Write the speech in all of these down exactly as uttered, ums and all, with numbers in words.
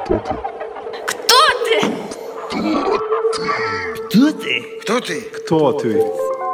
Кто ты? Кто ты? Кто ты? Кто ты? Кто ты?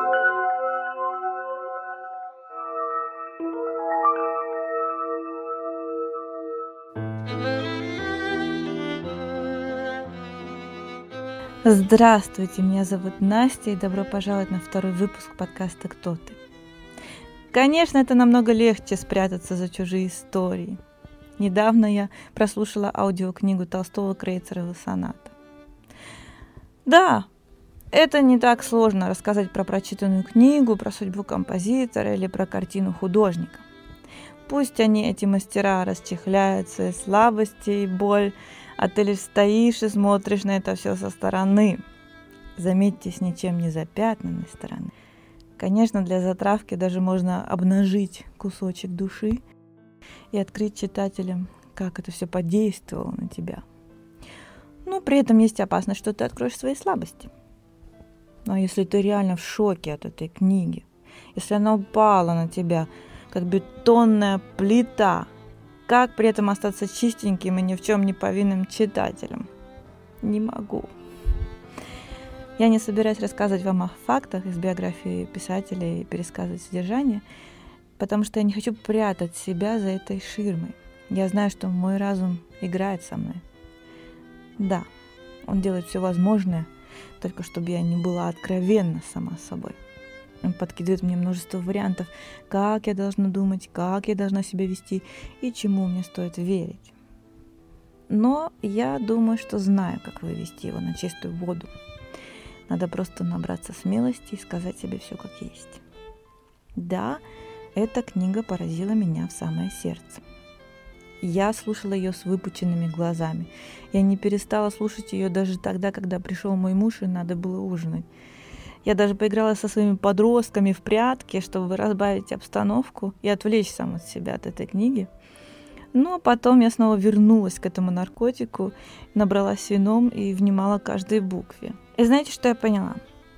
Здравствуйте, меня зовут Настя, и добро пожаловать на второй выпуск подкаста «Кто ты?». Конечно, это намного легче спрятаться за чужие истории. Недавно я прослушала аудиокнигу Толстого «Крейцерова соната». Да, это не так сложно рассказать про прочитанную книгу, про судьбу композитора или про картину художника. Пусть они, эти мастера, расчехляют свои слабости и боль, а ты лишь стоишь и смотришь на это все со стороны. Заметьте, с ничем не запятнанной стороны. Конечно, для затравки даже можно обнажить кусочек души и открыть читателям, как это все подействовало на тебя. Но при этом есть опасность, что ты откроешь свои слабости. Но если ты реально в шоке от этой книги, если она упала на тебя, как бетонная плита, как при этом остаться чистеньким и ни в чем не повинным читателем? Не могу. Я не собираюсь рассказывать вам о фактах из биографии писателя и пересказывать содержание, потому что я не хочу прятать себя за этой ширмой. Я знаю, что мой разум играет со мной. Да, он делает все возможное, только чтобы я не была откровенна сама с собой. Он подкидывает мне множество вариантов, как я должна думать, как я должна себя вести и чему мне стоит верить. Но я думаю, что знаю, как вывести его на чистую воду. Надо просто набраться смелости и сказать себе все как есть. Да, эта книга поразила меня в самое сердце. Я слушала ее с выпученными глазами. Я не перестала слушать ее даже тогда, когда пришел мой муж и надо было ужинать. Я даже поиграла со своими подростками в прятки, чтобы разбавить обстановку и отвлечь сам от себя от этой книги. Но потом я снова вернулась к этому наркотику, набралась вином и внимала каждой букве. И знаете, что я поняла?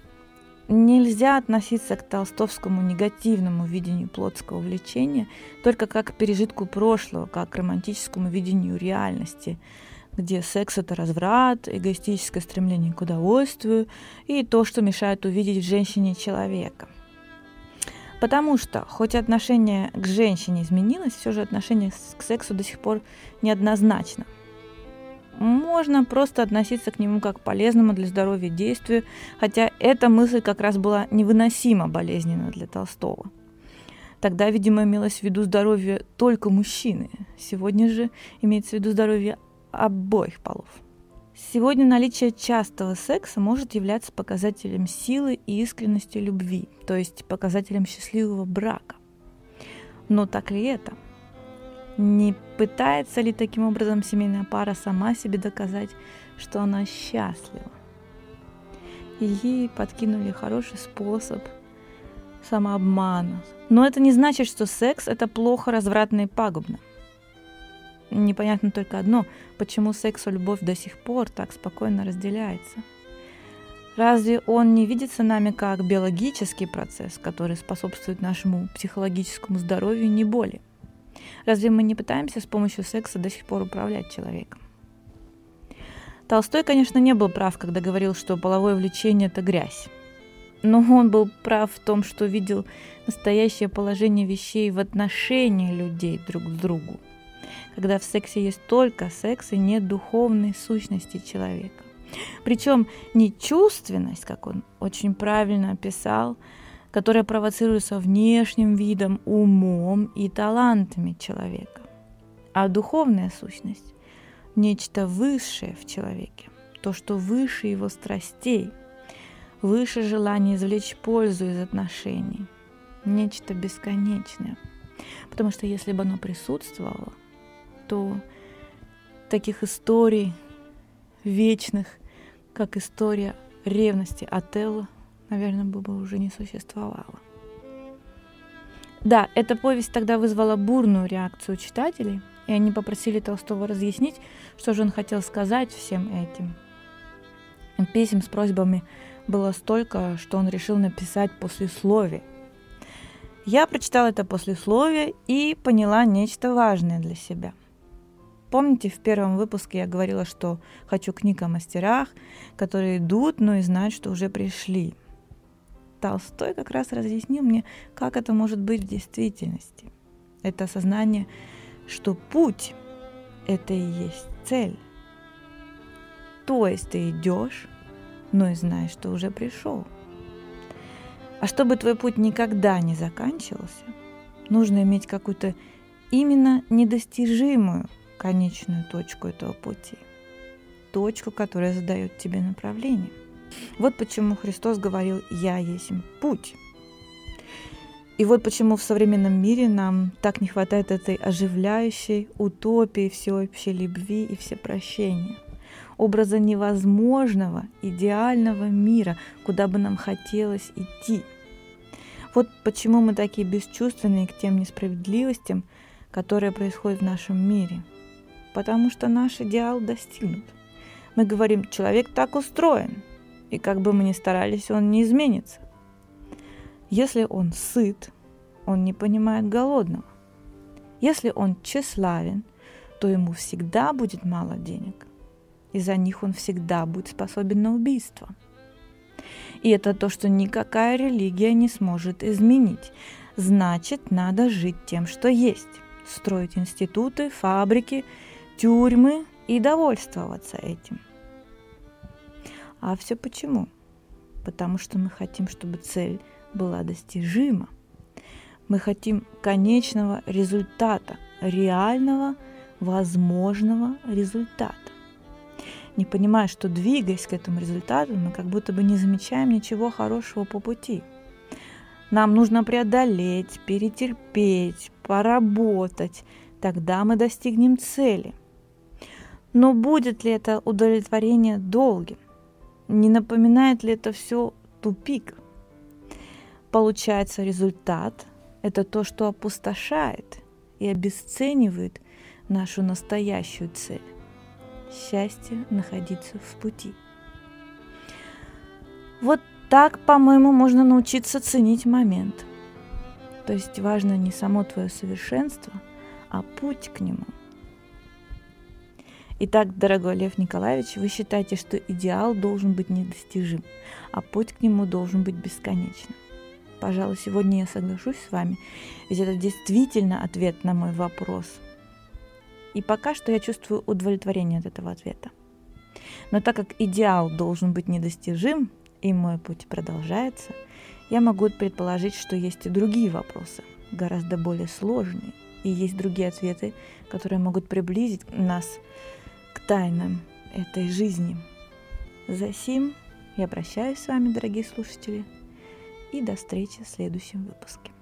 Нельзя относиться к толстовскому негативному видению плотского влечения только как к пережитку прошлого, как к романтическому видению реальности, где секс – это разврат, эгоистическое стремление к удовольствию и то, что мешает увидеть в женщине человека. Потому что, хоть отношение к женщине изменилось, все же отношение к сексу до сих пор неоднозначно. Можно просто относиться к нему как к полезному для здоровья действию, хотя эта мысль как раз была невыносимо болезненна для Толстого. Тогда, видимо, имелось в виду здоровье только мужчины. Сегодня же имеется в виду здоровье обоих полов. Сегодня наличие частого секса может являться показателем силы и искренности любви, то есть показателем счастливого брака. Но так ли это? Не пытается ли таким образом семейная пара сама себе доказать, что она счастлива? И ей подкинули хороший способ самообмана. Но это не значит, что секс – это плохо, развратно и пагубно. Непонятно только одно, почему секс и любовь до сих пор так спокойно разделяется. Разве он не видится нами как биологический процесс, который способствует нашему психологическому здоровью, не боли? Разве мы не пытаемся с помощью секса до сих пор управлять человеком? Толстой, конечно, не был прав, когда говорил, что половое влечение – это грязь. Но он был прав в том, что видел настоящее положение вещей в отношении людей друг к другу, когда в сексе есть только секс и нет духовной сущности человека. Причем не чувственность, как он очень правильно описал, которая провоцируется внешним видом, умом и талантами человека, а духовная сущность – нечто высшее в человеке, то, что выше его страстей, выше желания извлечь пользу из отношений, нечто бесконечное. Потому что если бы оно присутствовало, то таких историй вечных, как история ревности Отелло, наверное, бы уже не существовало. Да, эта повесть тогда вызвала бурную реакцию читателей, и они попросили Толстого разъяснить, что же он хотел сказать всем этим. Писем с просьбами было столько, что он решил написать послесловие. Я прочитала это послесловие и поняла нечто важное для себя. Помните, в первом выпуске я говорила, что хочу книг о мастерах, которые идут, но и знают, что уже пришли. Толстой как раз разъяснил мне, как это может быть в действительности. Это осознание, что путь – это и есть цель. То есть ты идешь, но и знаешь, что уже пришел. А чтобы твой путь никогда не заканчивался, нужно иметь какую-то именно недостижимую конечную точку этого пути. Точку, которая задает тебе направление. Вот почему Христос говорил «Я есть путь». И вот почему в современном мире нам так не хватает этой оживляющей утопии всеобщей любви и всепрощения. Образа невозможного, идеального мира, куда бы нам хотелось идти. Вот почему мы такие бесчувственные к тем несправедливостям, которые происходят в нашем мире. Потому что наш идеал достигнут. Мы говорим, человек так устроен, и как бы мы ни старались, он не изменится. Если он сыт, он не понимает голодного. Если он тщеславен, то ему всегда будет мало денег. И за них он всегда будет способен на убийство. И это то, что никакая религия не сможет изменить. Значит, надо жить тем, что есть. Строить институты, фабрики, тюрьмы и довольствоваться этим. А все почему? Потому что мы хотим, чтобы цель была достижима. Мы хотим конечного результата, реального, возможного результата. Не понимая, что, двигаясь к этому результату, мы как будто бы не замечаем ничего хорошего по пути. Нам нужно преодолеть, перетерпеть, поработать, тогда мы достигнем цели. Но будет ли это удовлетворение долгим? Не напоминает ли это все тупик? Получается, результат – это то, что опустошает и обесценивает нашу настоящую цель. Счастье находиться в пути. Вот так, по-моему, можно научиться ценить момент. То есть важно не само твое совершенство, а путь к нему. Итак, дорогой Лев Николаевич, вы считаете, что идеал должен быть недостижим, а путь к нему должен быть бесконечным. Пожалуй, сегодня я соглашусь с вами, ведь это действительно ответ на мой вопрос. И пока что я чувствую удовлетворение от этого ответа. Но так как идеал должен быть недостижим, и мой путь продолжается, я могу предположить, что есть и другие вопросы, гораздо более сложные, и есть другие ответы, которые могут приблизить нас к тайнам этой жизни. Засим я прощаюсь с вами, дорогие слушатели, и до встречи в следующем выпуске.